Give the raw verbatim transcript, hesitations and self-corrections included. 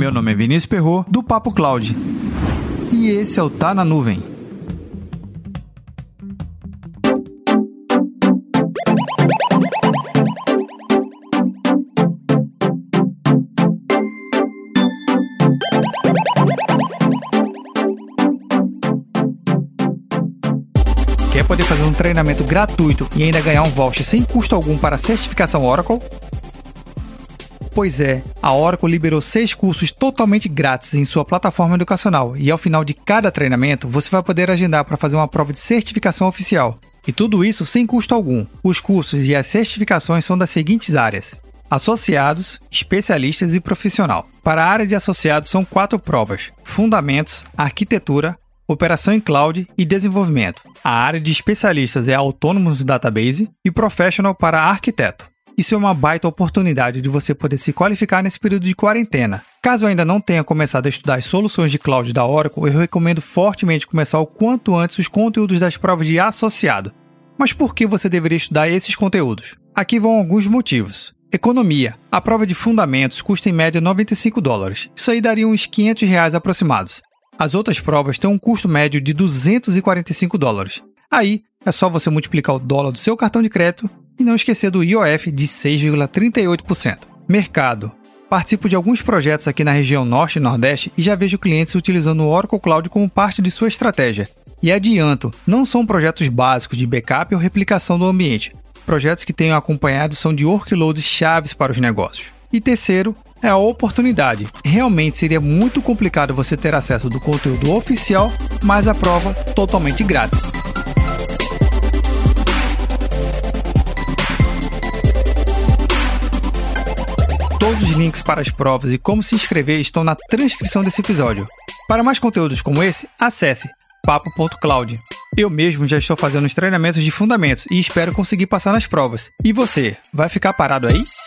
Meu nome é Vinícius Perro, do Papo Cloud. E esse é o Tá na Nuvem. Quer poder fazer um treinamento gratuito e ainda ganhar um voucher sem custo algum para a certificação Oracle? Pois é, a Oracle liberou seis cursos totalmente grátis em sua plataforma educacional e ao final de cada treinamento você vai poder agendar para fazer uma prova de certificação oficial. E tudo isso sem custo algum. Os cursos e as certificações são das seguintes áreas: associados, especialistas e profissional. Para a área de associados são quatro provas: fundamentos, arquitetura, operação em cloud e desenvolvimento. A área de especialistas é Autonomous Database e Professional para arquiteto. Isso é uma baita oportunidade de você poder se qualificar nesse período de quarentena. Caso ainda não tenha começado a estudar as soluções de cloud da Oracle, eu recomendo fortemente começar o quanto antes os conteúdos das provas de associado. Mas por que você deveria estudar esses conteúdos? Aqui vão alguns motivos. Economia. A prova de fundamentos custa em média noventa e cinco dólares. Isso aí daria uns quinhentos reais aproximados. As outras provas têm um custo médio de duzentos e quarenta e cinco dólares. Aí, é só você multiplicar o dólar do seu cartão de crédito e não esquecer do I O F de seis vírgula trinta e oito por cento. Mercado. Participo de alguns projetos aqui na região Norte e Nordeste e já vejo clientes utilizando o Oracle Cloud como parte de sua estratégia. E adianto, não são projetos básicos de backup ou replicação do ambiente. Projetos que tenho acompanhado são de workloads chaves para os negócios. E terceiro, é a oportunidade. Realmente seria muito complicado você ter acesso do conteúdo oficial, mas a prova totalmente grátis. Todos os links para as provas e como se inscrever estão na transcrição desse episódio. Para mais conteúdos como esse, acesse papo ponto cloud. Eu mesmo já estou fazendo os treinamentos de fundamentos e espero conseguir passar nas provas. E você, vai ficar parado aí?